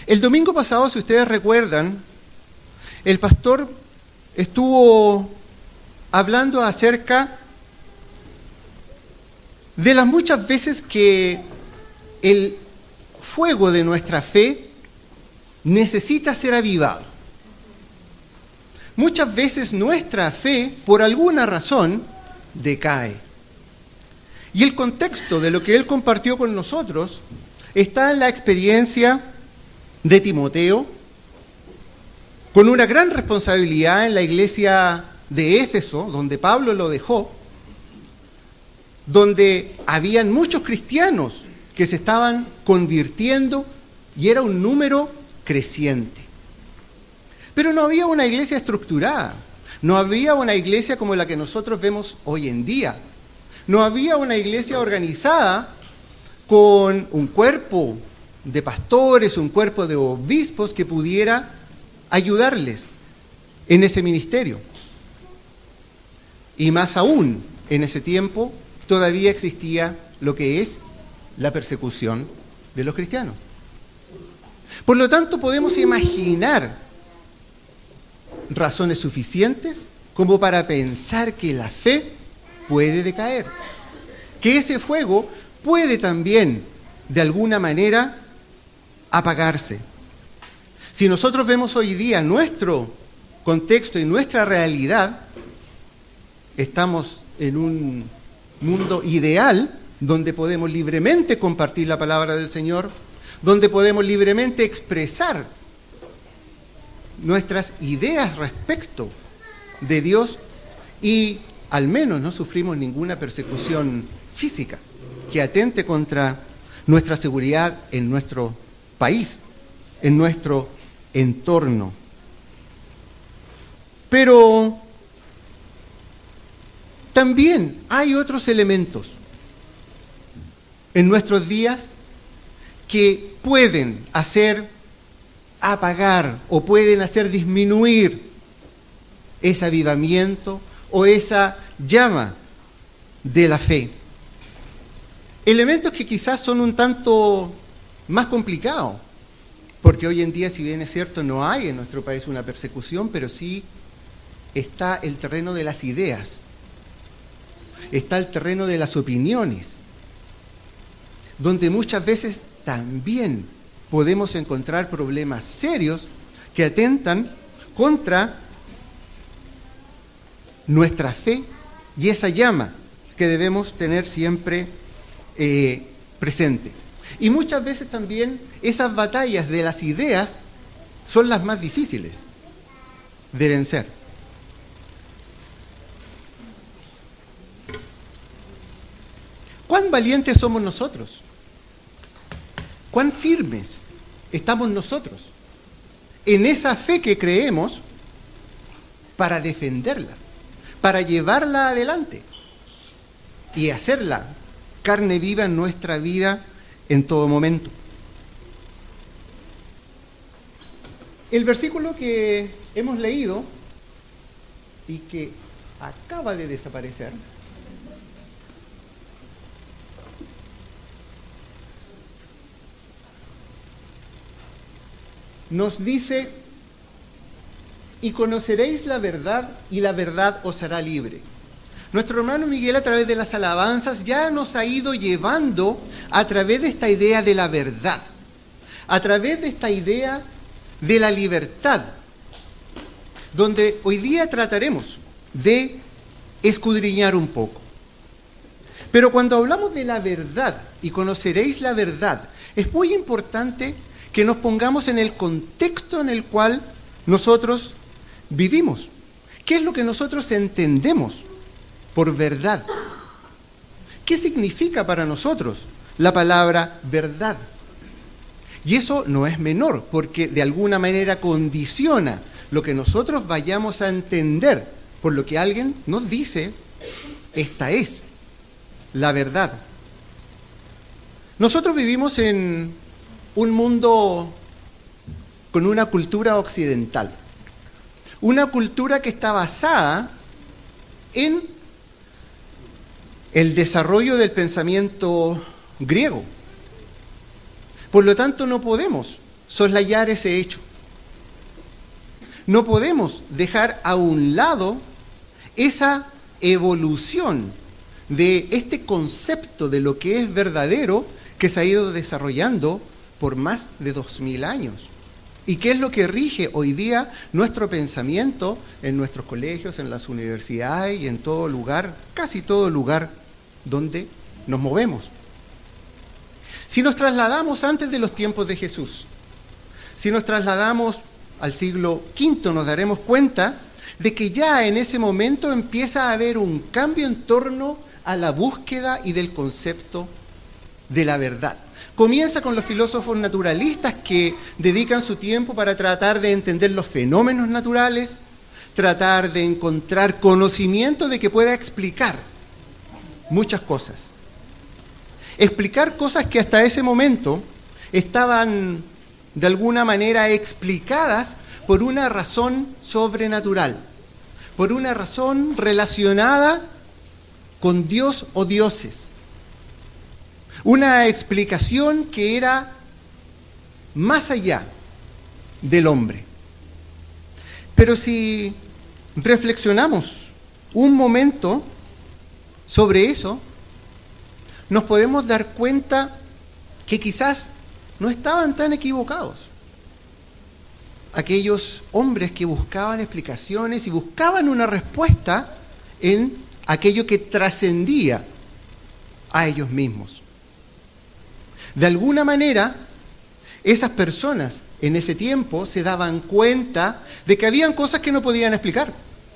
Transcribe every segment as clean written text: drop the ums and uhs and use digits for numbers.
El domingo pasado, si ustedes recuerdan, el pastor estuvo hablando acerca de las muchas veces que el fuego de nuestra fe necesita ser avivado. Muchas veces nuestra fe, por alguna razón, decae. Y el contexto de lo que él compartió con nosotros está en la experiencia de Timoteo, con una gran responsabilidad en la iglesia de Éfeso, donde Pablo lo dejó, donde habían muchos cristianos que se estaban convirtiendo y era un número creciente. Pero no había una iglesia estructurada, no había una iglesia como la que nosotros vemos hoy en día, no había una iglesia organizada con un cuerpo de pastores, un cuerpo de obispos que pudiera ayudarles en ese ministerio. Y más aún, en ese tiempo todavía existía lo que es la persecución de los cristianos. Por lo tanto, podemos imaginar razones suficientes como para pensar que la fe puede decaer, que ese fuego puede también, de alguna manera, apagarse. Si nosotros vemos hoy día nuestro contexto y nuestra realidad, estamos en un mundo ideal donde podemos libremente compartir la palabra del Señor, donde podemos libremente expresar nuestras ideas respecto de Dios y al menos no sufrimos ninguna persecución física que atente contra nuestra seguridad en nuestro país, en nuestro entorno. Pero también hay otros elementos en nuestros días que pueden hacer apagar o pueden hacer disminuir ese avivamiento o esa llama de la fe. Elementos que quizás son un tanto más complicados, porque hoy en día, si bien es cierto, no hay en nuestro país una persecución, pero sí está el terreno de las ideas, está el terreno de las opiniones, donde muchas veces también podemos encontrar problemas serios que atentan contra nuestra fe y esa llama que debemos tener siempre presente. Y muchas veces también esas batallas de las ideas son las más difíciles de vencer. ¿Cuán valientes somos nosotros? ¿Cuán firmes estamos nosotros en esa fe que creemos para defenderla, para llevarla adelante y hacerla carne viva en nuestra vida en todo momento? El versículo que hemos leído y que acaba de desaparecer nos dice: y conoceréis la verdad, y la verdad os hará libre. Nuestro hermano Miguel, a través de las alabanzas, ya nos ha ido llevando a través de esta idea de la verdad, a través de esta idea de la libertad, donde hoy día trataremos de escudriñar un poco. Pero cuando hablamos de la verdad, y conoceréis la verdad, es muy importante que nos pongamos en el contexto en el cual nosotros vivimos. ¿Qué es lo que nosotros entendemos por verdad? ¿Qué significa para nosotros la palabra verdad? Y eso no es menor, porque de alguna manera condiciona lo que nosotros vayamos a entender por lo que alguien nos dice: esta es la verdad. Nosotros vivimos en un mundo con una cultura occidental, una cultura que está basada en el desarrollo del pensamiento griego. Por lo tanto, no podemos soslayar ese hecho. No podemos dejar a un lado esa evolución de este concepto de lo que es verdadero que se ha ido desarrollando por más de 2000 años. ¿Y qué es lo que rige hoy día nuestro pensamiento en nuestros colegios, en las universidades y en todo lugar, casi todo lugar donde nos movemos? Si nos trasladamos antes de los tiempos de Jesús, si nos trasladamos al siglo V, nos daremos cuenta de que ya en ese momento empieza a haber un cambio en torno a la búsqueda y del concepto de la verdad. Comienza con los filósofos naturalistas que dedican su tiempo para tratar de entender los fenómenos naturales, tratar de encontrar conocimiento de que pueda explicar muchas cosas. Explicar cosas que hasta ese momento estaban de alguna manera explicadas por una razón sobrenatural, por una razón relacionada con Dios o dioses. Una explicación que era más allá del hombre. Pero si reflexionamos un momento sobre eso, nos podemos dar cuenta que quizás no estaban tan equivocados. Aquellos hombres que buscaban explicaciones y buscaban una respuesta en aquello que trascendía a ellos mismos. De alguna manera, esas personas en ese tiempo se daban cuenta de que habían cosas que no podían explicar.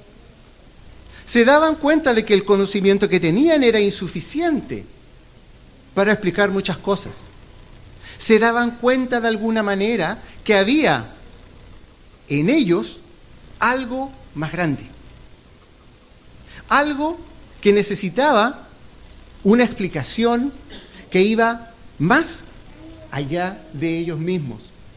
Se daban cuenta de que el conocimiento que tenían era insuficiente para explicar muchas cosas. Se daban cuenta de alguna manera que había en ellos algo más grande. Algo que necesitaba una explicación que iba más allá de ellos mismos.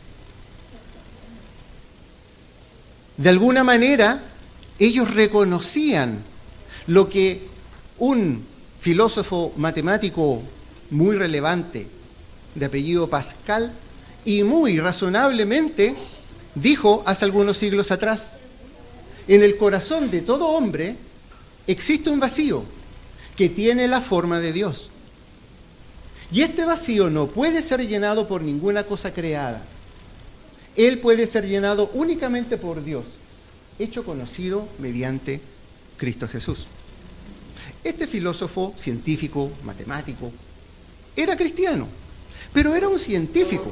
De alguna manera, ellos reconocían lo que un filósofo matemático muy relevante, de apellido Pascal, y muy razonablemente dijo hace algunos siglos atrás: en el corazón de todo hombre existe un vacío que tiene la forma de Dios. Y este vacío no puede ser llenado por ninguna cosa creada. Él puede ser llenado únicamente por Dios, hecho conocido mediante Cristo Jesús. Este filósofo, científico, matemático, era cristiano, pero era un científico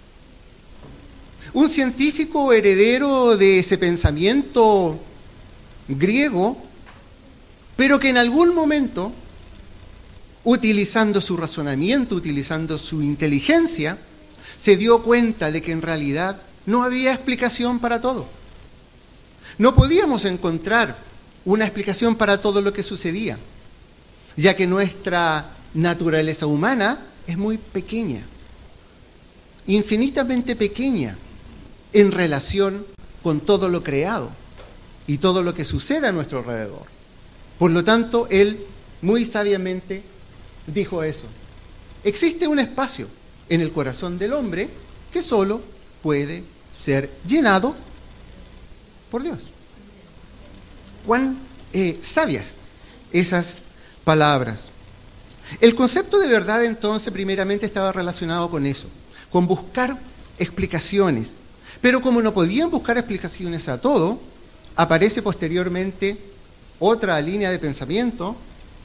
heredero de ese pensamiento griego, pero que en algún momento, utilizando su razonamiento, utilizando su inteligencia, se dio cuenta de que en realidad no había explicación para todo. No podíamos encontrar una explicación para todo lo que sucedía, ya que nuestra naturaleza humana es muy pequeña, infinitamente pequeña en relación con todo lo creado y todo lo que sucede a nuestro alrededor. Por lo tanto, él muy sabiamente dijo eso. Existe un espacio en el corazón del hombre que solo puede ser llenado por Dios. Cuán sabias esas palabras. El concepto de verdad entonces primeramente estaba relacionado con eso, con buscar explicaciones. Pero como no podían buscar explicaciones a todo, aparece posteriormente otra línea de pensamiento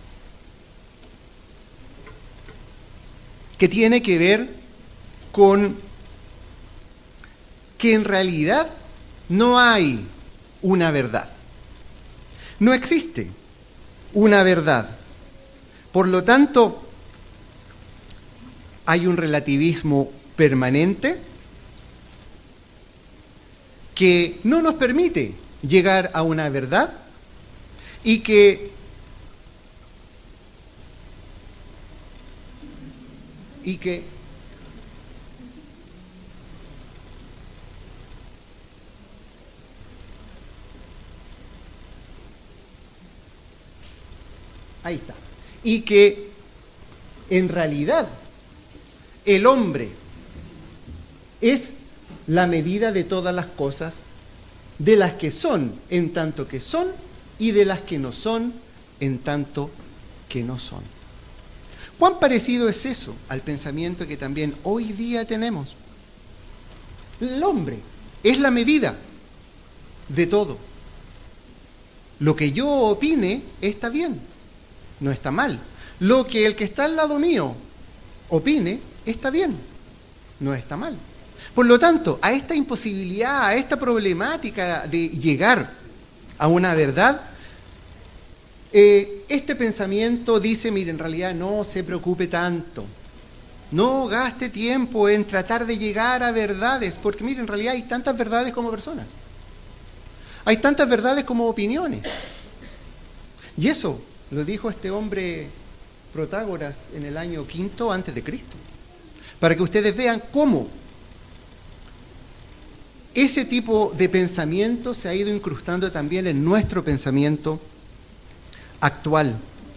que tiene que ver con que en realidad no hay una verdad. No existe una verdad. Por lo tanto, hay un relativismo permanente que no nos permite llegar a una verdad y que ahí está. Y que en realidad el hombre es la medida de todas las cosas, de las que son en tanto que son, y de las que no son en tanto que no son. ¿Cuán parecido es eso al pensamiento que también hoy día tenemos? El hombre es la medida de todo. Lo que yo opine está bien, no está mal. Lo que el que está al lado mío opine está bien, no está mal. Por lo tanto, a esta imposibilidad, a esta problemática de llegar a una verdad, este pensamiento dice, mire, en realidad no se preocupe tanto, no gaste tiempo en tratar de llegar a verdades, porque mire, en realidad hay tantas verdades como personas, hay tantas verdades como opiniones. Y eso lo dijo este hombre Protágoras en el año 5 antes de Cristo, para que ustedes vean cómo ese tipo de pensamiento se ha ido incrustando también en nuestro pensamiento actual.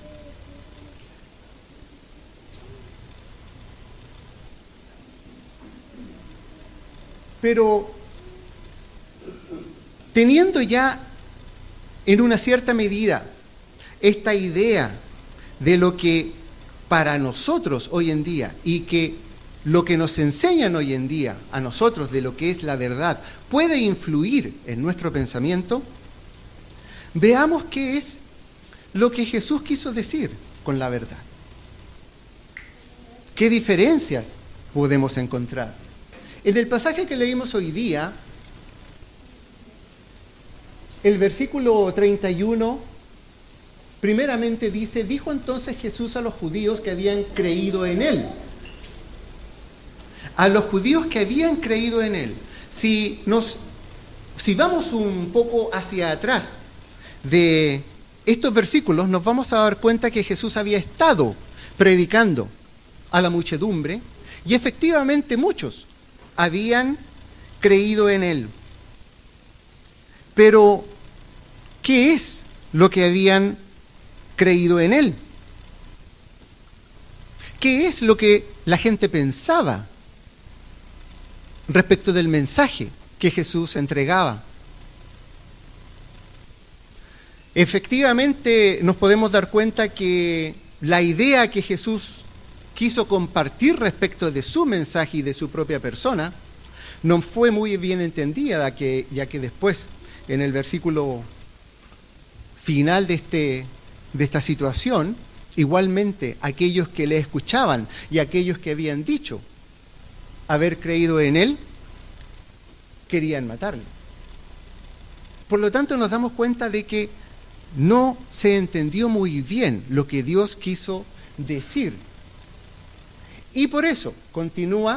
Pero teniendo ya en una cierta medida esta idea de lo que para nosotros hoy en día y que lo que nos enseñan hoy en día a nosotros de lo que es la verdad puede influir en nuestro pensamiento, veamos qué es lo que Jesús quiso decir con la verdad. ¿Qué diferencias podemos encontrar? En el pasaje que leímos hoy día, el versículo 31, primeramente dice, dijo entonces Jesús a los judíos que habían creído en él. A los judíos que habían creído en él. Si vamos un poco hacia atrás de estos versículos, nos vamos a dar cuenta que Jesús había estado predicando a la muchedumbre y efectivamente muchos habían creído en él. Pero, ¿qué es lo que habían creído en él? ¿Qué es lo que la gente pensaba respecto del mensaje que Jesús entregaba? Efectivamente, nos podemos dar cuenta que la idea que Jesús quiso compartir respecto de su mensaje y de su propia persona no fue muy bien entendida, ya que después, en el versículo final de esta situación, igualmente aquellos que le escuchaban y aquellos que habían dicho haber creído en él, querían matarle. Por lo tanto, nos damos cuenta de que no se entendió muy bien lo que Dios quiso decir. Y por eso continúa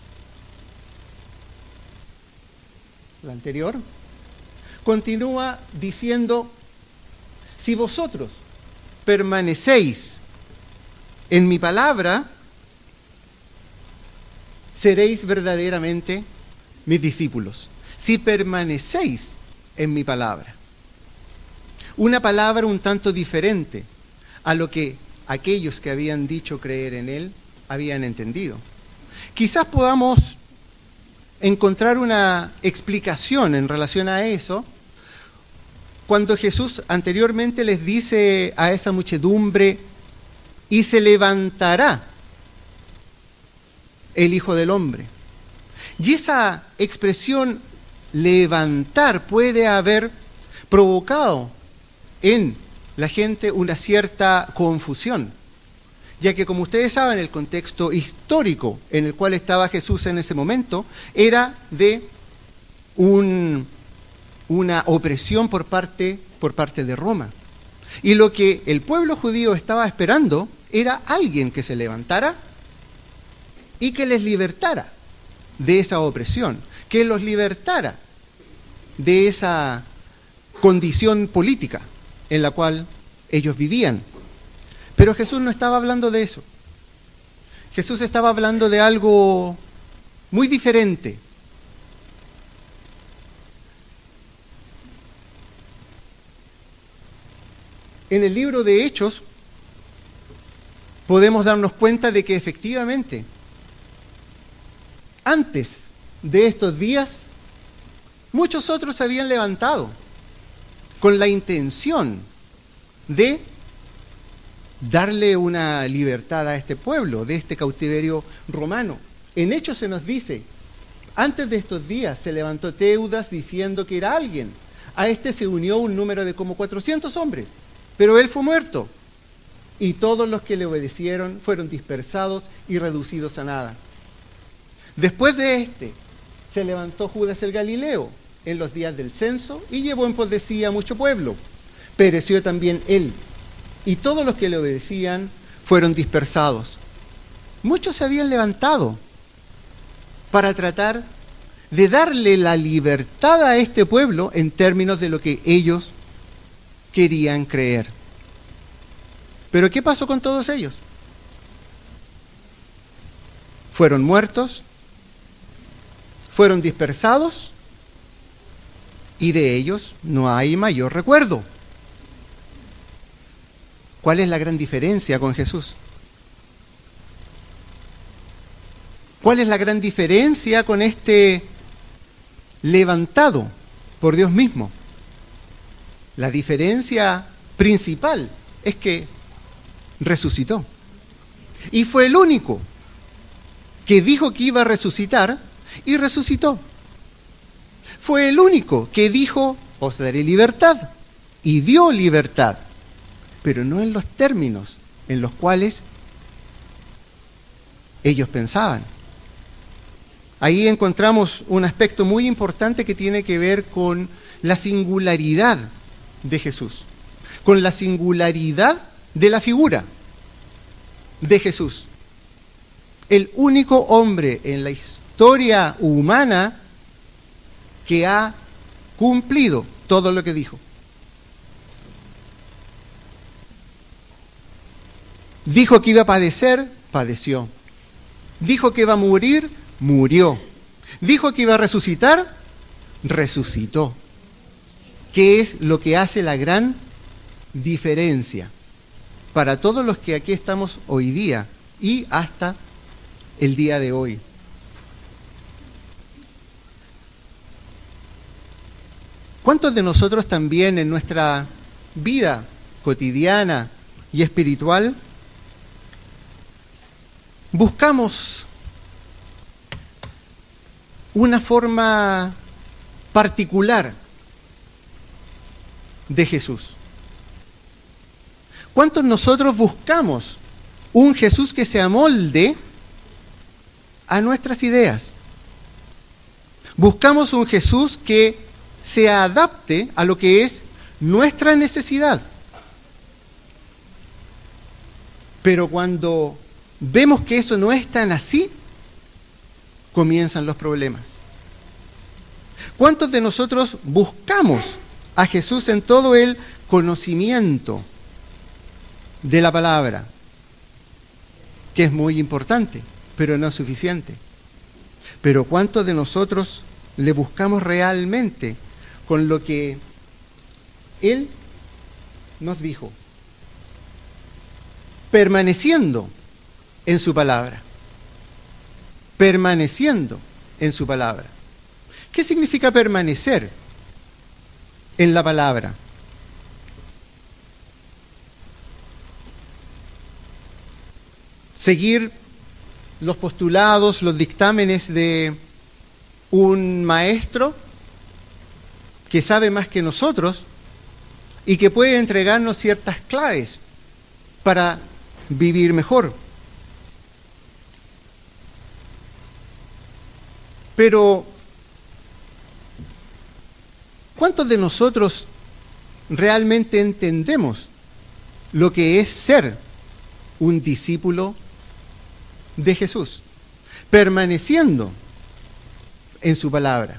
la anterior, continúa diciendo, si vosotros permanecéis en mi palabra, seréis verdaderamente mis discípulos. Si permanecéis en mi palabra. Una palabra un tanto diferente a lo que aquellos que habían dicho creer en él habían entendido. Quizás podamos encontrar una explicación en relación a eso cuando Jesús anteriormente les dice a esa muchedumbre, y se levantará el Hijo del Hombre. Y esa expresión levantar puede haber provocado en la gente una cierta confusión, ya que, como ustedes saben, el contexto histórico en el cual estaba Jesús en ese momento era de una opresión por parte de Roma. Y lo que el pueblo judío estaba esperando era alguien que se levantara y que les libertara de esa opresión, que los libertara de esa condición política en la cual ellos vivían. Pero Jesús no estaba hablando de eso. Jesús estaba hablando de algo muy diferente. En el libro de Hechos podemos darnos cuenta de que efectivamente, antes de estos días, muchos otros se habían levantado con la intención de darle una libertad a este pueblo, de este cautiverio romano. En Hechos se nos dice, antes de estos días se levantó Teudas diciendo que era alguien. A este se unió un número de como 400 hombres, pero él fue muerto. Y todos los que le obedecieron fueron dispersados y reducidos a nada. Después de este, se levantó Judas el Galileo en los días del censo y llevó en pos de sí a mucho pueblo. Pereció también él, y todos los que le obedecían fueron dispersados. Muchos se habían levantado para tratar de darle la libertad a este pueblo en términos de lo que ellos querían creer. Pero ¿qué pasó con todos ellos? Fueron muertos, fueron dispersados y de ellos no hay mayor recuerdo. ¿Cuál es la gran diferencia con Jesús? ¿Cuál es la gran diferencia con este levantado por Dios mismo? La diferencia principal es que resucitó. Y fue el único que dijo que iba a resucitar y resucitó. Fue el único que dijo, os daré libertad, y dio libertad, pero no en los términos en los cuales ellos pensaban. Ahí encontramos un aspecto muy importante que tiene que ver con la singularidad de Jesús, con la singularidad de la figura de Jesús. El único hombre en la historia humana que ha cumplido todo lo que dijo. Dijo que iba a padecer, padeció. Dijo que iba a morir, murió. Dijo que iba a resucitar, resucitó. ¿Qué es lo que hace la gran diferencia para todos los que aquí estamos hoy día y hasta el día de hoy? ¿Cuántos de nosotros también en nuestra vida cotidiana y espiritual buscamos una forma particular de Jesús? ¿Cuántos nosotros buscamos un Jesús que se amolde a nuestras ideas? Buscamos un Jesús que se adapte a lo que es nuestra necesidad. Pero cuando vemos que eso no es tan así, comienzan los problemas. ¿Cuántos de nosotros buscamos a Jesús en todo el conocimiento de la palabra? Que es muy importante, pero no es suficiente. Pero ¿cuántos de nosotros le buscamos realmente con lo que Él nos dijo? Permaneciendo en su palabra. Permaneciendo en su palabra. ¿Qué significa permanecer en la palabra? Seguir los postulados, los dictámenes de un maestro que sabe más que nosotros y que puede entregarnos ciertas claves para vivir mejor. Pero, ¿cuántos de nosotros realmente entendemos lo que es ser un discípulo de Jesús, permaneciendo en su palabra,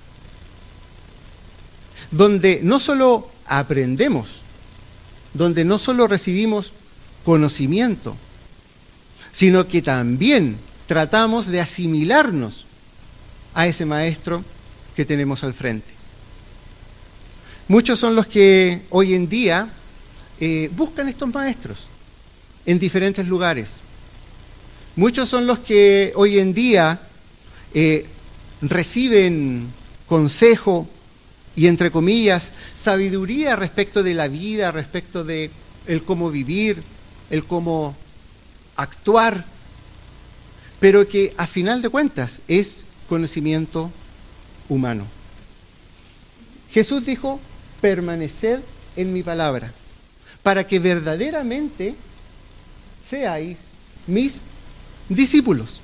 donde no solo aprendemos, donde no solo recibimos conocimiento, sino que también tratamos de asimilarnos a ese maestro que tenemos al frente? Muchos son los que hoy en día buscan estos maestros en diferentes lugares. Muchos son los que hoy en día reciben consejo y, entre comillas, sabiduría respecto de la vida, respecto de el cómo vivir, el cómo actuar, pero que a final de cuentas es conocimiento humano. Jesús dijo: permaneced en mi palabra, para que verdaderamente seáis mis discípulos.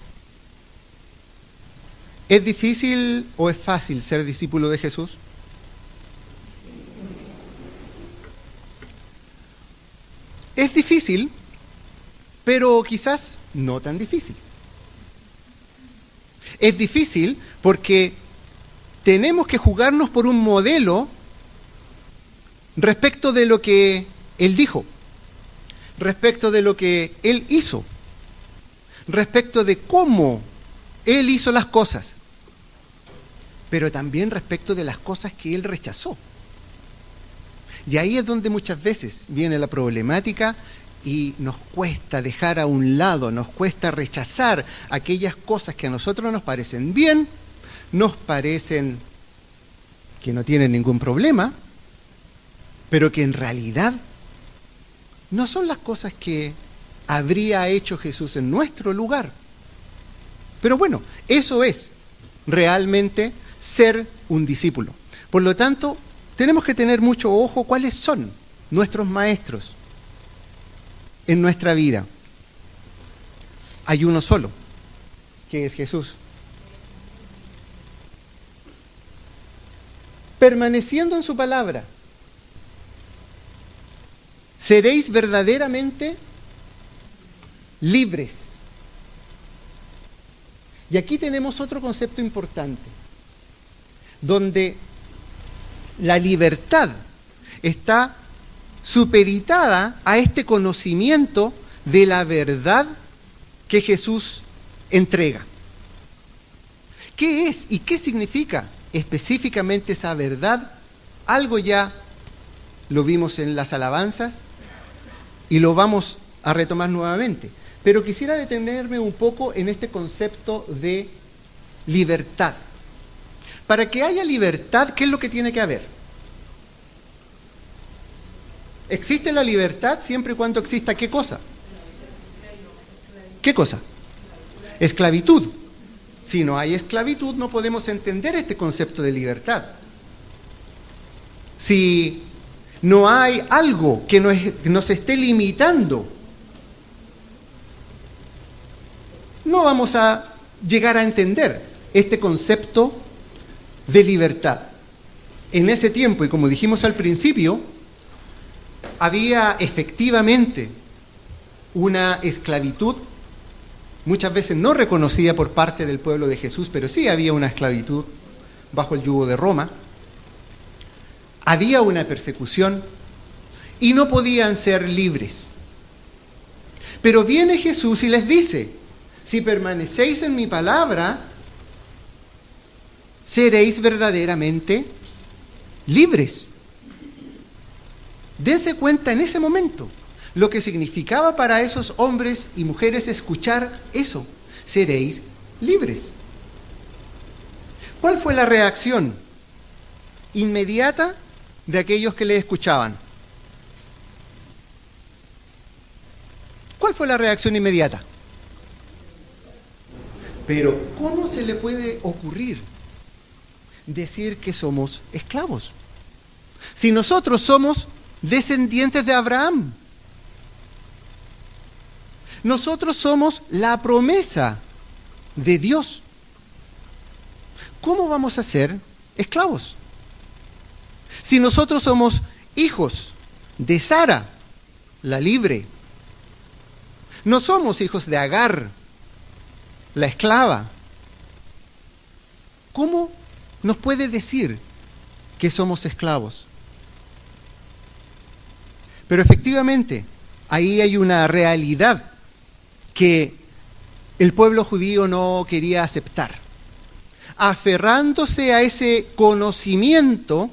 ¿Es difícil o es fácil ser discípulo de Jesús? Es difícil, pero quizás no tan difícil. Es difícil porque tenemos que jugarnos por un modelo respecto de lo que Él dijo, respecto de lo que Él hizo, respecto de cómo Él hizo las cosas, pero también respecto de las cosas que Él rechazó. Y ahí es donde muchas veces viene la problemática y nos cuesta dejar a un lado, nos cuesta rechazar aquellas cosas que a nosotros nos parecen bien, nos parecen que no tienen ningún problema, pero que en realidad no son las cosas que habría hecho Jesús en nuestro lugar. Pero bueno, eso es realmente ser un discípulo. Por lo tanto, tenemos que tener mucho ojo cuáles son nuestros maestros en nuestra vida. Hay uno solo, que es Jesús. Permaneciendo en su palabra, seréis verdaderamente libres. Y aquí tenemos otro concepto importante, donde la libertad está supeditada a este conocimiento de la verdad que Jesús entrega. ¿Qué es y qué significa específicamente esa verdad? Algo ya lo vimos en las alabanzas y lo vamos a retomar nuevamente. Pero quisiera detenerme un poco en este concepto de libertad. Para que haya libertad, ¿qué es lo que tiene que haber? ¿Existe la libertad siempre y cuando exista qué cosa? ¿Qué cosa? Esclavitud. Si no hay esclavitud, no podemos entender este concepto de libertad. Si no hay algo que nos esté limitando, no vamos a llegar a entender este concepto de libertad. En ese tiempo, y como dijimos al principio, había efectivamente una esclavitud, muchas veces no reconocida por parte del pueblo de Jesús, pero sí había una esclavitud bajo el yugo de Roma. Había una persecución y no podían ser libres. Pero viene Jesús y les dice: si permanecéis en mi palabra, seréis verdaderamente libres. Dense cuenta en ese momento lo que significaba para esos hombres y mujeres escuchar eso: seréis libres. ¿Cuál fue la reacción inmediata de aquellos que le escuchaban? ¿Cuál fue la reacción inmediata? Pero ¿cómo se le puede ocurrir decir que somos esclavos? Si nosotros somos descendientes de Abraham. Nosotros somos la promesa de Dios. ¿Cómo vamos a ser esclavos? Si nosotros somos hijos de Sara, la libre, no somos hijos de Agar, la esclava, ¿cómo nos puede decir que somos esclavos? Pero efectivamente, ahí hay una realidad que el pueblo judío no quería aceptar. Aferrándose a ese conocimiento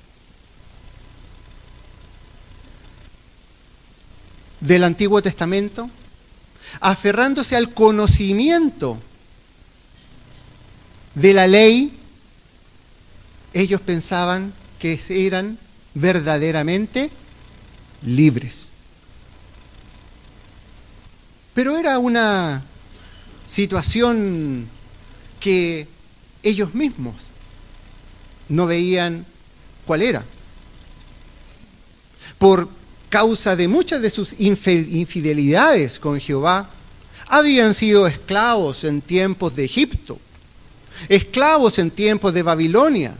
del Antiguo Testamento, aferrándose al conocimiento de la ley, ellos pensaban que eran verdaderamente libres. Pero era una situación que ellos mismos no veían cuál era. Por causa de muchas de sus infidelidades con Jehová, habían sido esclavos en tiempos de Egipto, esclavos en tiempos de Babilonia,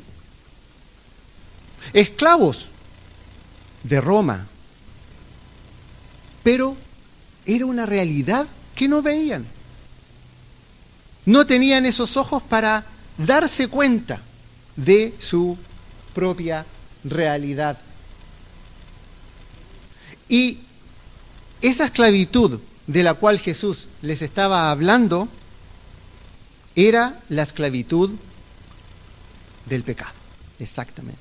esclavos de Roma. Pero era una realidad que no veían. No tenían esos ojos para darse cuenta de su propia realidad. Y esa esclavitud de la cual Jesús les estaba hablando era la esclavitud del pecado, exactamente.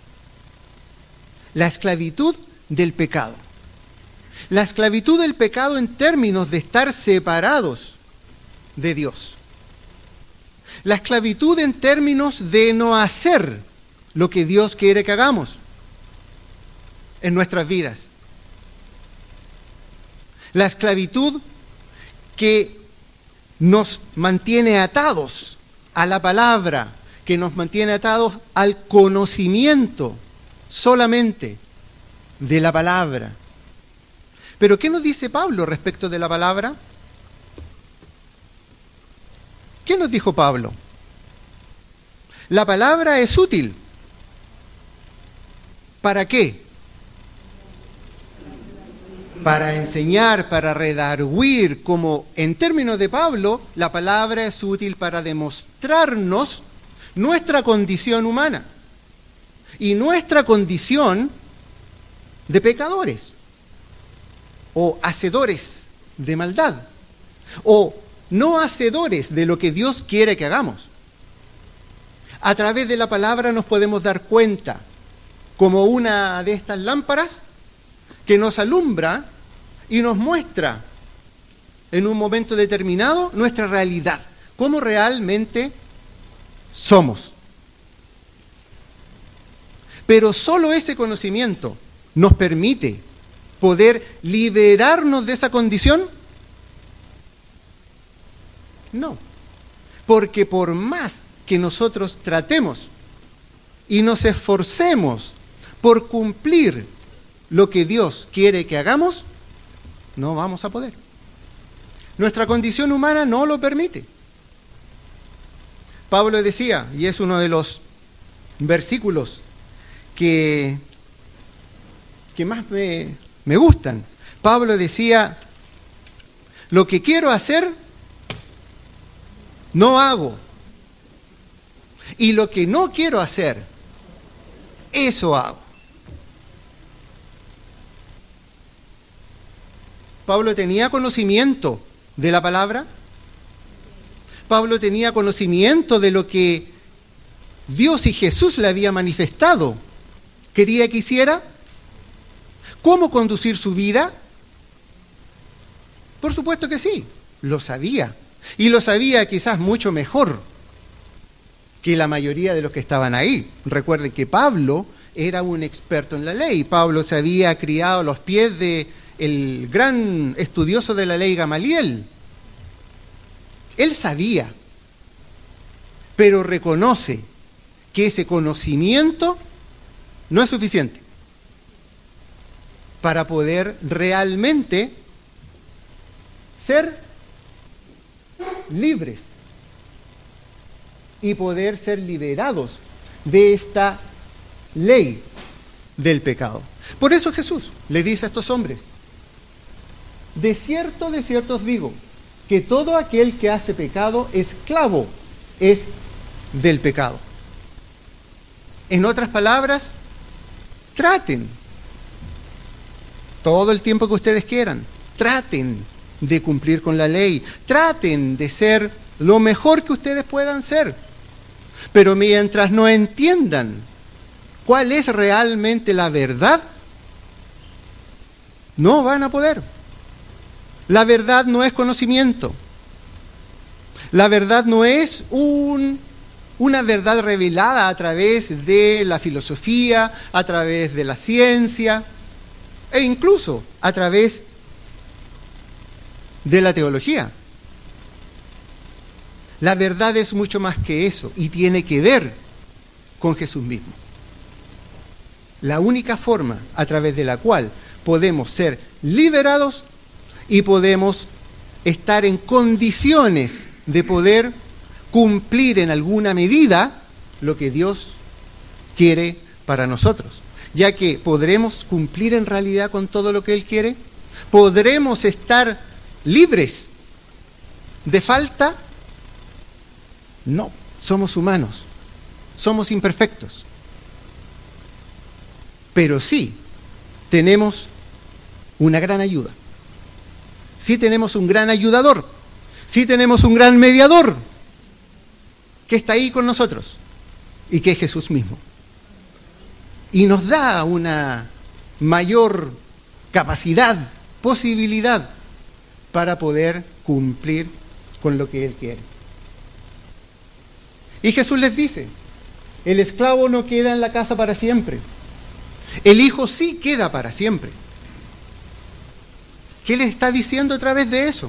La esclavitud del pecado. La esclavitud del pecado en términos de estar separados de Dios. La esclavitud en términos de no hacer lo que Dios quiere que hagamos en nuestras vidas. La esclavitud que nos mantiene atados a la palabra, que nos mantiene atados al conocimiento solamente de la palabra. Pero ¿qué nos dice Pablo respecto de la palabra? ¿Qué nos dijo Pablo? La palabra es útil. ¿Para qué? Para enseñar, para redarguir, como en términos de Pablo, la palabra es útil para demostrarnos nuestra condición humana y nuestra condición de pecadores o hacedores de maldad o no hacedores de lo que Dios quiere que hagamos. A través de la palabra nos podemos dar cuenta, como una de estas lámparas que nos alumbra y nos muestra en un momento determinado nuestra realidad, cómo realmente somos. Pero solo ese conocimiento nos permite poder liberarnos de esa condición. No, porque por más que nosotros tratemos y nos esforcemos por cumplir lo que Dios quiere que hagamos, no vamos a poder. Nuestra condición humana no lo permite. Pablo decía, y es uno de los versículos que más me gustan. Pablo decía, lo que quiero hacer, no hago. Y lo que no quiero hacer, eso hago. Pablo tenía conocimiento de la palabra. Pablo tenía conocimiento de lo que Dios y Jesús le había manifestado. ¿Quería que hiciera? ¿Cómo conducir su vida? Por supuesto que sí, lo sabía. Y lo sabía quizás mucho mejor que la mayoría de los que estaban ahí. Recuerden que Pablo era un experto en la ley. Pablo se había criado a los pies del gran estudioso de la ley Gamaliel. Él sabía, pero reconoce que ese conocimiento no es suficiente para poder realmente ser libres y poder ser liberados de esta ley del pecado. Por eso Jesús le dice a estos hombres, de cierto os digo, que todo aquel que hace pecado, esclavo es del pecado. En otras palabras, traten todo el tiempo que ustedes quieran, traten de cumplir con la ley, traten de ser lo mejor que ustedes puedan ser, pero mientras no entiendan cuál es realmente la verdad, no van a poder. La verdad no es conocimiento. La verdad no es un una verdad revelada a través de la filosofía, a través de la ciencia e incluso a través de la teología. La verdad es mucho más que eso y tiene que ver con Jesús mismo. La única forma a través de la cual podemos ser liberados y podemos estar en condiciones de poder cumplir en alguna medida lo que Dios quiere para nosotros, ya que podremos cumplir en realidad con todo lo que Él quiere, podremos estar libres de falta. No, somos humanos, somos imperfectos, pero sí tenemos una gran ayuda, sí tenemos un gran ayudador, sí tenemos un gran mediador que está ahí con nosotros y que es Jesús mismo. Y nos da una mayor capacidad, posibilidad para poder cumplir con lo que Él quiere. Y Jesús les dice, el esclavo no queda en la casa para siempre, el hijo sí queda para siempre. ¿Qué les está diciendo a través de eso?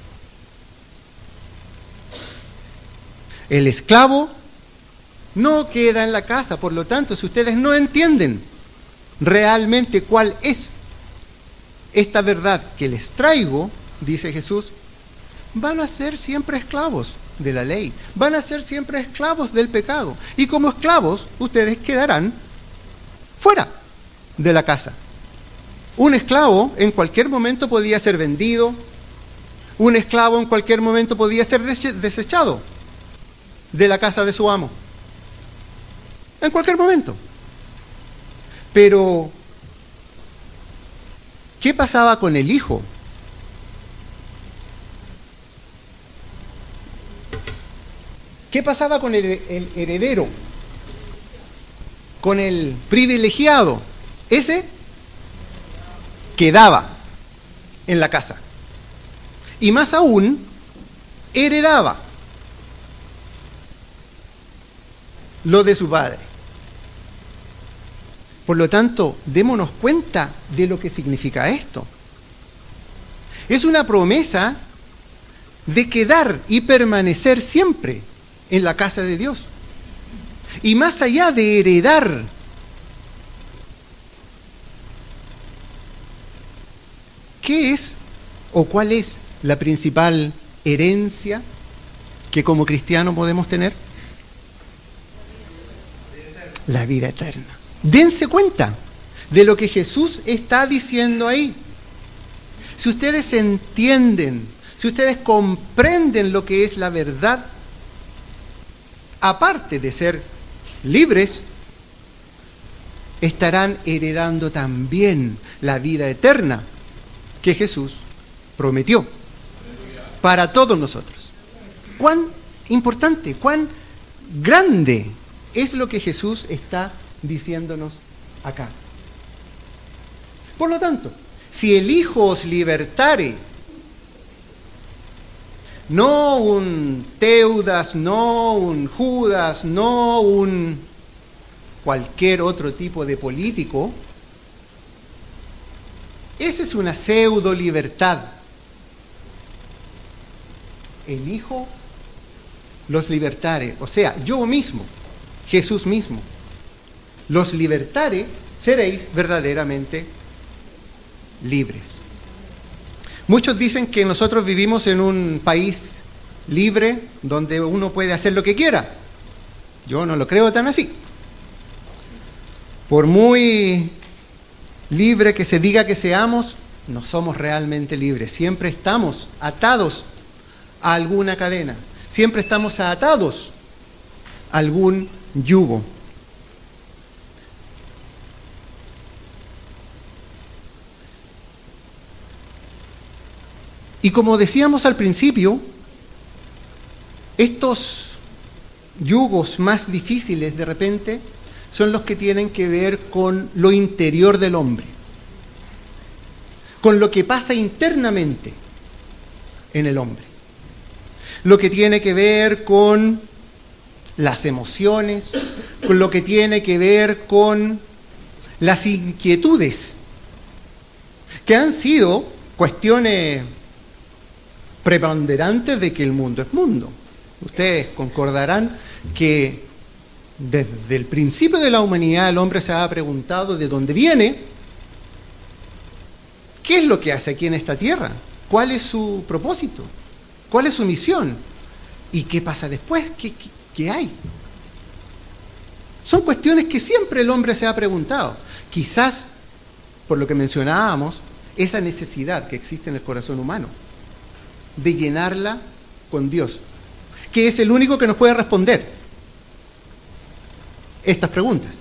El esclavo no queda en la casa, por lo tanto, si ustedes no entienden realmente cuál es esta verdad que les traigo, dice Jesús, van a ser siempre esclavos de la ley, van a ser siempre esclavos del pecado. Y como esclavos, ustedes quedarán fuera de la casa. Un esclavo en cualquier momento podía ser vendido, un esclavo en cualquier momento podía ser desechado de la casa de su amo. En cualquier momento. Pero, ¿qué pasaba con el hijo? ¿Qué pasaba con el heredero? Con el privilegiado. Ese quedaba en la casa. Y más aún, heredaba lo de su padre. Por lo tanto, démonos cuenta de lo que significa esto. Es una promesa de quedar y permanecer siempre en la casa de Dios. Y más allá de heredar, ¿qué es o cuál es la principal herencia que como cristianos podemos tener? La vida eterna. Dense cuenta de lo que Jesús está diciendo ahí. Si ustedes entienden, si ustedes comprenden lo que es la verdad, aparte de ser libres, estarán heredando también la vida eterna que Jesús prometió para todos nosotros. Cuán importante, cuán grande es lo que Jesús está diciéndonos acá. Por lo tanto, si el Hijo os libertare, no un Teudas, no un Judas, no un cualquier otro tipo de político, esa es una pseudo libertad. El Hijo los libertare, o sea, yo mismo, Jesús mismo, los libertare, seréis verdaderamente libres. Muchos dicen que nosotros vivimos en un país libre donde uno puede hacer lo que quiera. Yo no lo creo tan así. Por muy libre que se diga que seamos, no somos realmente libres. Siempre estamos atados a alguna cadena. Siempre estamos atados a algún yugo. Y como decíamos al principio, estos yugos más difíciles de repente son los que tienen que ver con lo interior del hombre, con lo que pasa internamente en el hombre, lo que tiene que ver con las emociones, con lo que tiene que ver con las inquietudes, que han sido cuestiones preponderantes de que el mundo es mundo. Ustedes concordarán que desde el principio de la humanidad el hombre se ha preguntado de dónde viene, qué es lo que hace aquí en esta tierra, cuál es su propósito, cuál es su misión y qué pasa después, qué hay. Son cuestiones que siempre el hombre se ha preguntado. Quizás, por lo que mencionábamos, esa necesidad que existe en el corazón humano de llenarla con Dios, que es el único que nos puede responder estas preguntas.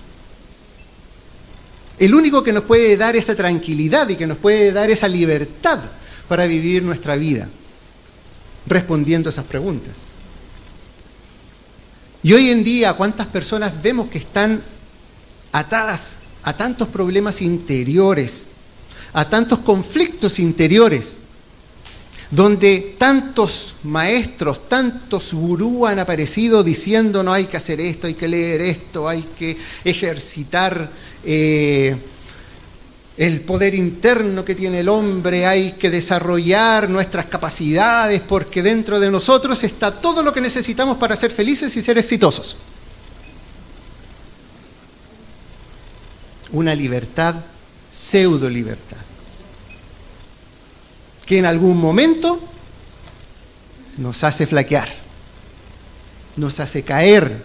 El único que nos puede dar esa tranquilidad y que nos puede dar esa libertad para vivir nuestra vida, respondiendo a esas preguntas. Y hoy en día, ¿cuántas personas vemos que están atadas a tantos problemas interiores, a tantos conflictos interiores, donde tantos maestros, tantos gurús han aparecido diciendo no hay que hacer esto, hay que leer esto, hay que ejercitar el poder interno que tiene el hombre, hay que desarrollar nuestras capacidades porque dentro de nosotros está todo lo que necesitamos para ser felices y ser exitosos. Una libertad, pseudo libertad, que en algún momento nos hace flaquear, nos hace caer,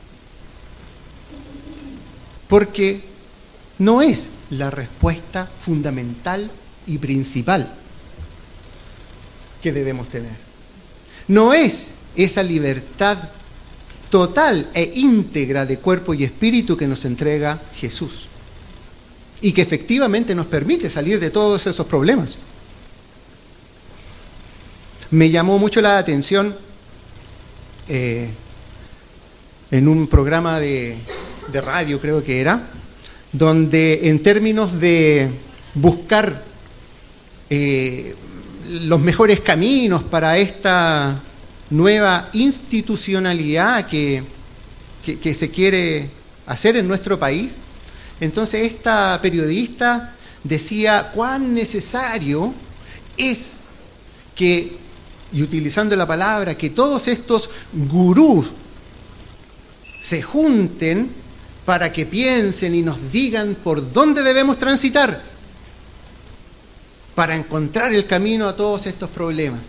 porque no es la respuesta fundamental y principal que debemos tener. No es esa libertad total e íntegra de cuerpo y espíritu que nos entrega Jesús y que efectivamente nos permite salir de todos esos problemas. Me llamó mucho la atención en un programa de radio, creo que era, donde en términos de buscar los mejores caminos para esta nueva institucionalidad que se quiere hacer en nuestro país, entonces esta periodista decía cuán necesario es que, y utilizando la palabra, que todos estos gurús se junten para que piensen y nos digan por dónde debemos transitar para encontrar el camino a todos estos problemas.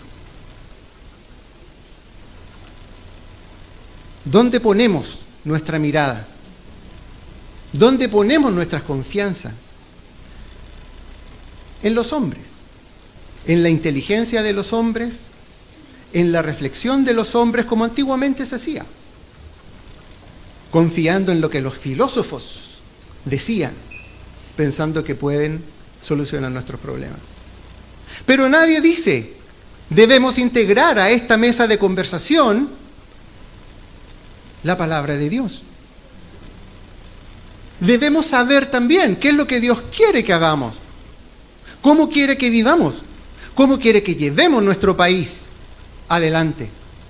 ¿Dónde ponemos nuestra mirada? ¿Dónde ponemos nuestra confianza? En los hombres, en la inteligencia de los hombres, en la reflexión de los hombres como antiguamente se hacía, confiando en lo que los filósofos decían, pensando que pueden solucionar nuestros problemas. Pero nadie dice, debemos integrar a esta mesa de conversación la palabra de Dios. Debemos saber también qué es lo que Dios quiere que hagamos, cómo quiere que vivamos, cómo quiere que llevemos nuestro país adelante.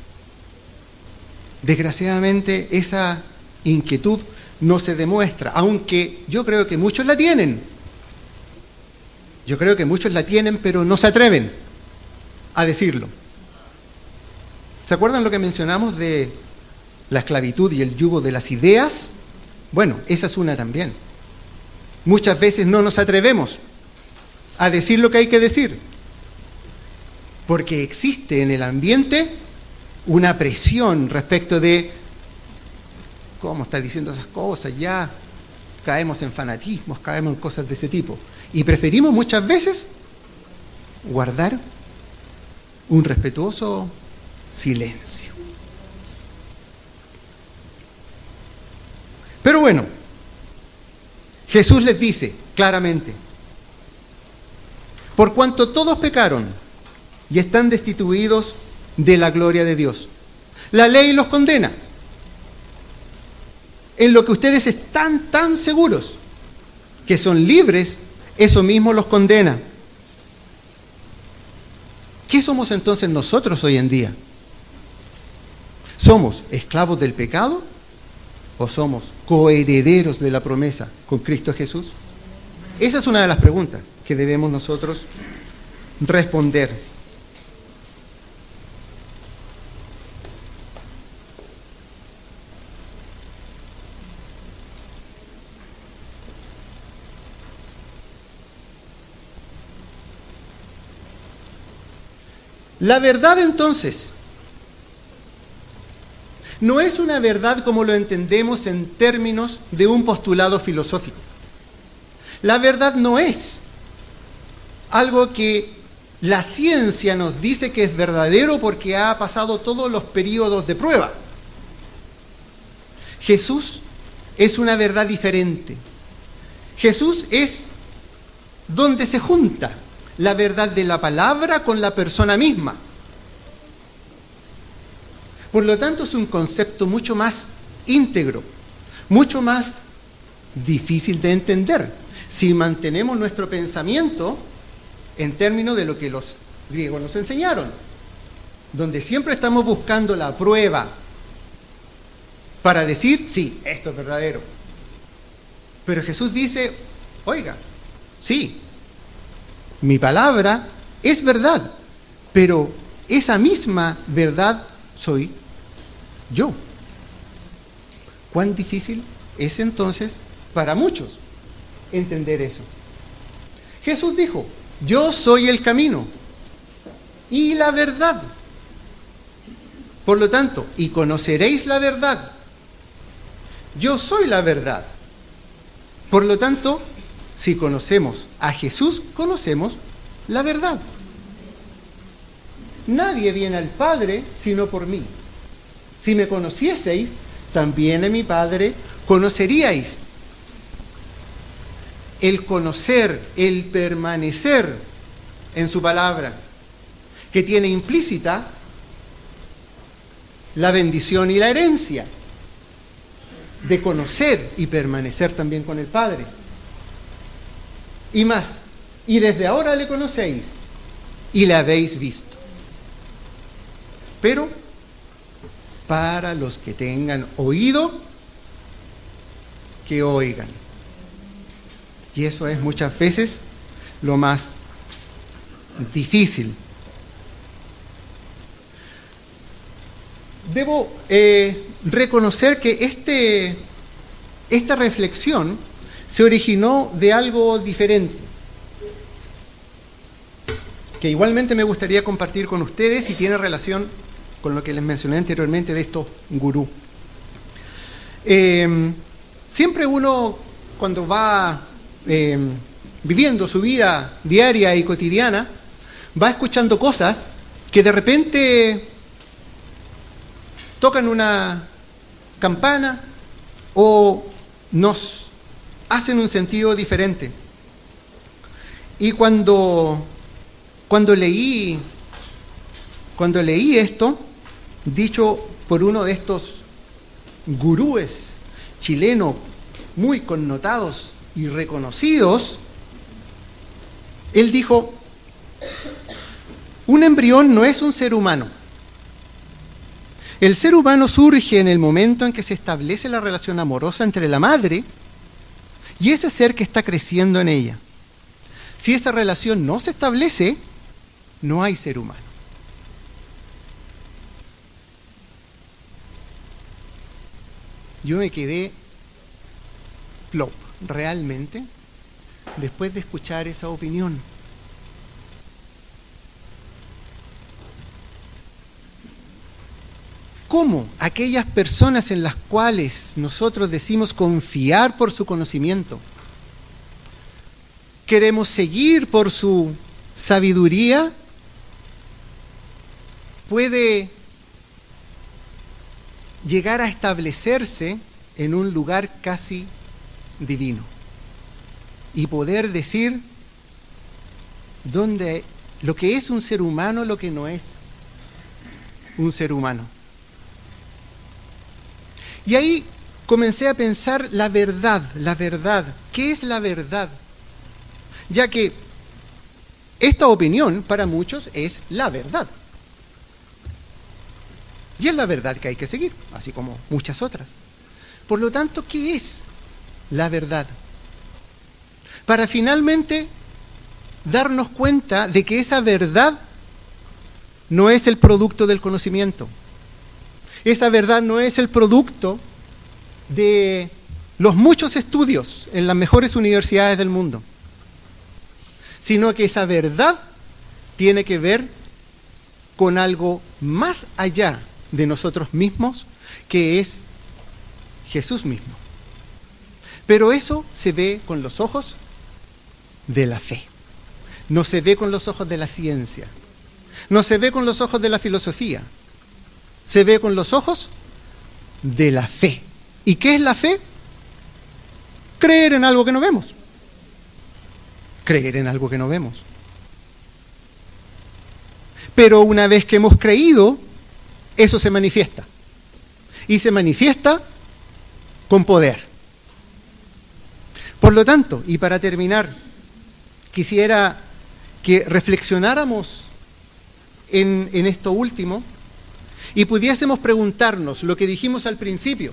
Desgraciadamente, esa inquietud no se demuestra, aunque yo creo que muchos la tienen. Yo creo que muchos la tienen, pero no se atreven a decirlo. ¿Se acuerdan lo que mencionamos de la esclavitud y el yugo de las ideas? Bueno, esa es una también. Muchas veces no nos atrevemos a decir lo que hay que decir, porque existe en el ambiente una presión respecto de ¿cómo está diciendo esas cosas? Ya caemos en fanatismos, caemos en cosas de ese tipo. Y preferimos muchas veces guardar un respetuoso silencio. Pero bueno, Jesús les dice claramente, por cuanto todos pecaron y están destituidos de la gloria de Dios, la ley los condena. En lo que ustedes están tan seguros que son libres, eso mismo los condena. ¿Qué somos entonces nosotros hoy en día? ¿Somos esclavos del pecado o somos coherederos de la promesa con Cristo Jesús? Esa es una de las preguntas que debemos nosotros responder. La verdad, entonces, no es una verdad como lo entendemos en términos de un postulado filosófico. La verdad no es algo que la ciencia nos dice que es verdadero porque ha pasado todos los periodos de prueba. Jesús es una verdad diferente. Jesús es donde se junta la verdad de la palabra con la persona misma. Por lo tanto, es un concepto mucho más íntegro, mucho más difícil de entender si mantenemos nuestro pensamiento en términos de lo que los griegos nos enseñaron, donde siempre estamos buscando la prueba para decir, sí, esto es verdadero. Pero Jesús dice, oiga, sí, mi palabra es verdad, pero esa misma verdad soy yo. ¿Cuán difícil es entonces para muchos entender eso? Jesús dijo, yo soy el camino y la verdad. Por lo tanto, y conoceréis la verdad. Yo soy la verdad. Por lo tanto, si conocemos a Jesús, conocemos la verdad. Nadie viene al Padre sino por mí. Si me conocieseis, también a mi Padre conoceríais. El conocer, el permanecer en su palabra, que tiene implícita la bendición y la herencia de conocer y permanecer también con el Padre. Y más, y desde ahora le conocéis y le habéis visto. Pero para los que tengan oído, que oigan. Y eso es muchas veces lo más difícil. Debo reconocer que esta reflexión se originó de algo diferente, que igualmente me gustaría compartir con ustedes y tiene relación con lo que les mencioné anteriormente de estos gurú. Siempre uno, cuando va viviendo su vida diaria y cotidiana, va escuchando cosas que de repente tocan una campana o nos hacen un sentido diferente. Y cuando leí esto, dicho por uno de estos gurúes chilenos muy connotados y reconocidos, él dijo, un embrión no es un ser humano. El ser humano surge en el momento en que se establece la relación amorosa entre la madre y ese ser que está creciendo en ella. Si esa relación no se establece, no hay ser humano. Yo me quedé plop, realmente, después de escuchar esa opinión. ¿Cómo aquellas personas en las cuales nosotros decimos confiar por su conocimiento, queremos seguir por su sabiduría, puede llegar a establecerse en un lugar casi divino y poder decir dónde lo que es un ser humano, lo que no es un ser humano? Y ahí comencé a pensar la verdad. ¿Qué es la verdad? Ya que esta opinión para muchos es la verdad. Y es la verdad que hay que seguir, así como muchas otras. Por lo tanto, ¿qué es la verdad? Para finalmente darnos cuenta de que esa verdad no es el producto del conocimiento. Esa verdad no es el producto de los muchos estudios en las mejores universidades del mundo, sino que esa verdad tiene que ver con algo más allá de nosotros mismos, que es Jesús mismo. Pero eso se ve con los ojos de la fe. No se ve con los ojos de la ciencia. No se ve con los ojos de la filosofía. Se ve con los ojos de la fe. ¿Y qué es la fe? Creer en algo que no vemos. Creer en algo que no vemos. Pero una vez que hemos creído, eso se manifiesta. Y se manifiesta con poder. Por lo tanto, y para terminar, quisiera que reflexionáramos en esto último y pudiésemos preguntarnos lo que dijimos al principio.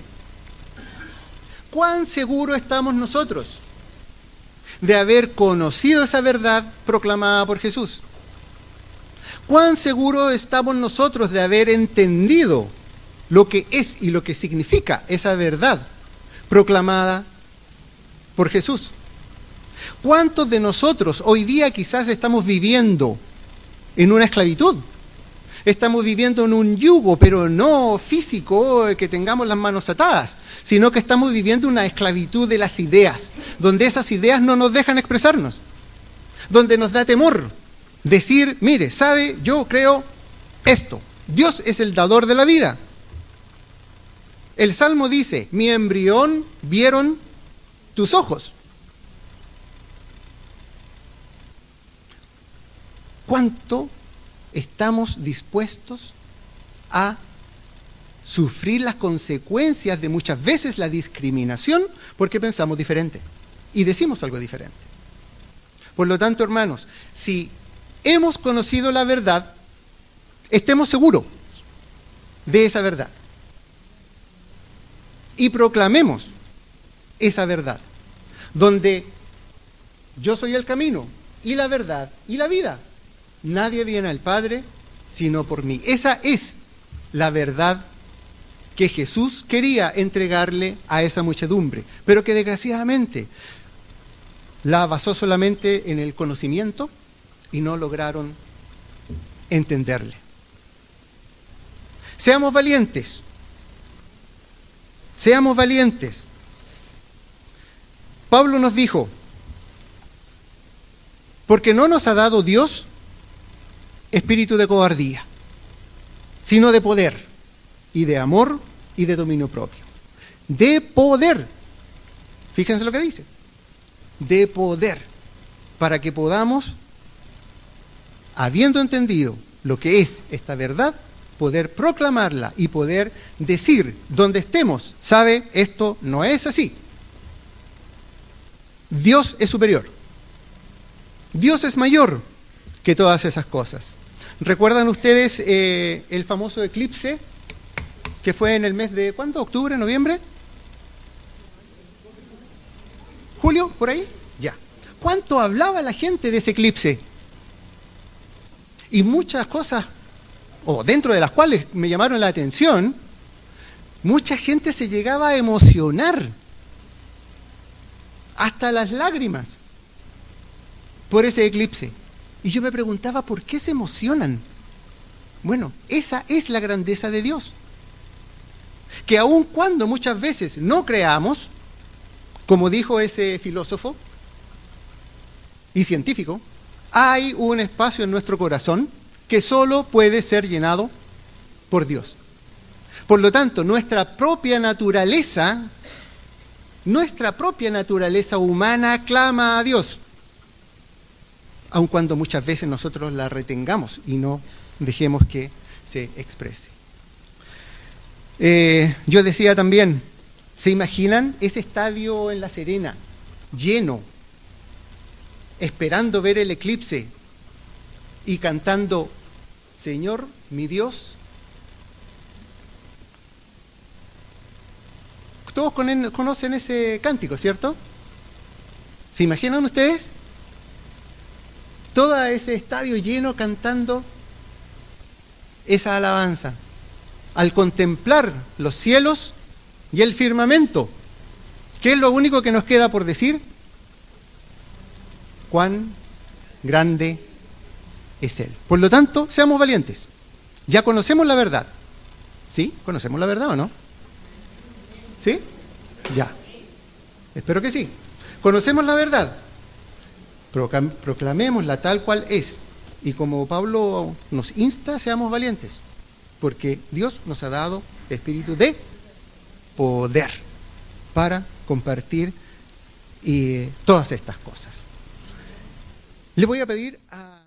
¿Cuán seguros estamos nosotros de haber conocido esa verdad proclamada por Jesús? ¿Cuán seguros estamos nosotros de haber entendido lo que es y lo que significa esa verdad proclamada por Jesús? ¿Cuántos de nosotros hoy día quizás estamos viviendo en una esclavitud? Estamos viviendo en un yugo, pero no físico, que tengamos las manos atadas, sino que estamos viviendo una esclavitud de las ideas, donde esas ideas no nos dejan expresarnos, donde nos da temor decir, mire, sabe, yo creo esto, Dios es el dador de la vida. El Salmo dice, mi embrión vieron tus ojos. ¿Cuánto estamos dispuestos a sufrir las consecuencias de muchas veces la discriminación porque pensamos diferente y decimos algo diferente? Por lo tanto, hermanos, si hemos conocido la verdad, estemos seguros de esa verdad y proclamemos esa verdad, donde yo soy el camino y la verdad y la vida. Nadie viene al Padre sino por mí. Esa es la verdad que Jesús quería entregarle a esa muchedumbre, pero que desgraciadamente la basó solamente en el conocimiento y no lograron entenderle. Seamos valientes. Seamos valientes. Pablo nos dijo, porque no nos ha dado Dios espíritu de cobardía, sino de poder y de amor y de dominio propio. De poder. Fíjense lo que dice. De poder. Para que podamos, habiendo entendido lo que es esta verdad, poder proclamarla y poder decir donde estemos, sabe, esto no es así. Dios es superior. Dios es mayor que todas esas cosas. ¿Recuerdan ustedes el famoso eclipse que fue en el mes de, ¿cuándo? ¿Octubre, noviembre? ¿Julio? ¿Por ahí? Ya. ¿Cuánto hablaba la gente de ese eclipse? Y muchas cosas, o dentro de las cuales me llamaron la atención, mucha gente se llegaba a emocionar, hasta las lágrimas, por ese eclipse. Y yo me preguntaba, ¿por qué se emocionan? Bueno, esa es la grandeza de Dios. Que aun cuando muchas veces no creamos, como dijo ese filósofo y científico, hay un espacio en nuestro corazón que solo puede ser llenado por Dios. Por lo tanto, nuestra propia naturaleza humana clama a Dios, aun cuando muchas veces nosotros la retengamos y no dejemos que se exprese. Yo decía también, ¿se imaginan ese estadio en La Serena, lleno, esperando ver el eclipse y cantando, Señor, mi Dios, Todos conocen ese cántico, ¿cierto? ¿Se imaginan ustedes? Todo ese estadio lleno cantando esa alabanza, al contemplar los cielos y el firmamento. ¿Qué es lo único que nos queda por decir? Cuán grande es Él. Por lo tanto, seamos valientes. Ya conocemos la verdad. ¿Sí? ¿Conocemos la verdad o no? ¿Sí? Ya. Espero que sí. Conocemos la verdad. Proclamémosla tal cual es. Y como Pablo nos insta, seamos valientes. Porque Dios nos ha dado espíritu de poder para compartir todas estas cosas. Le voy a pedir a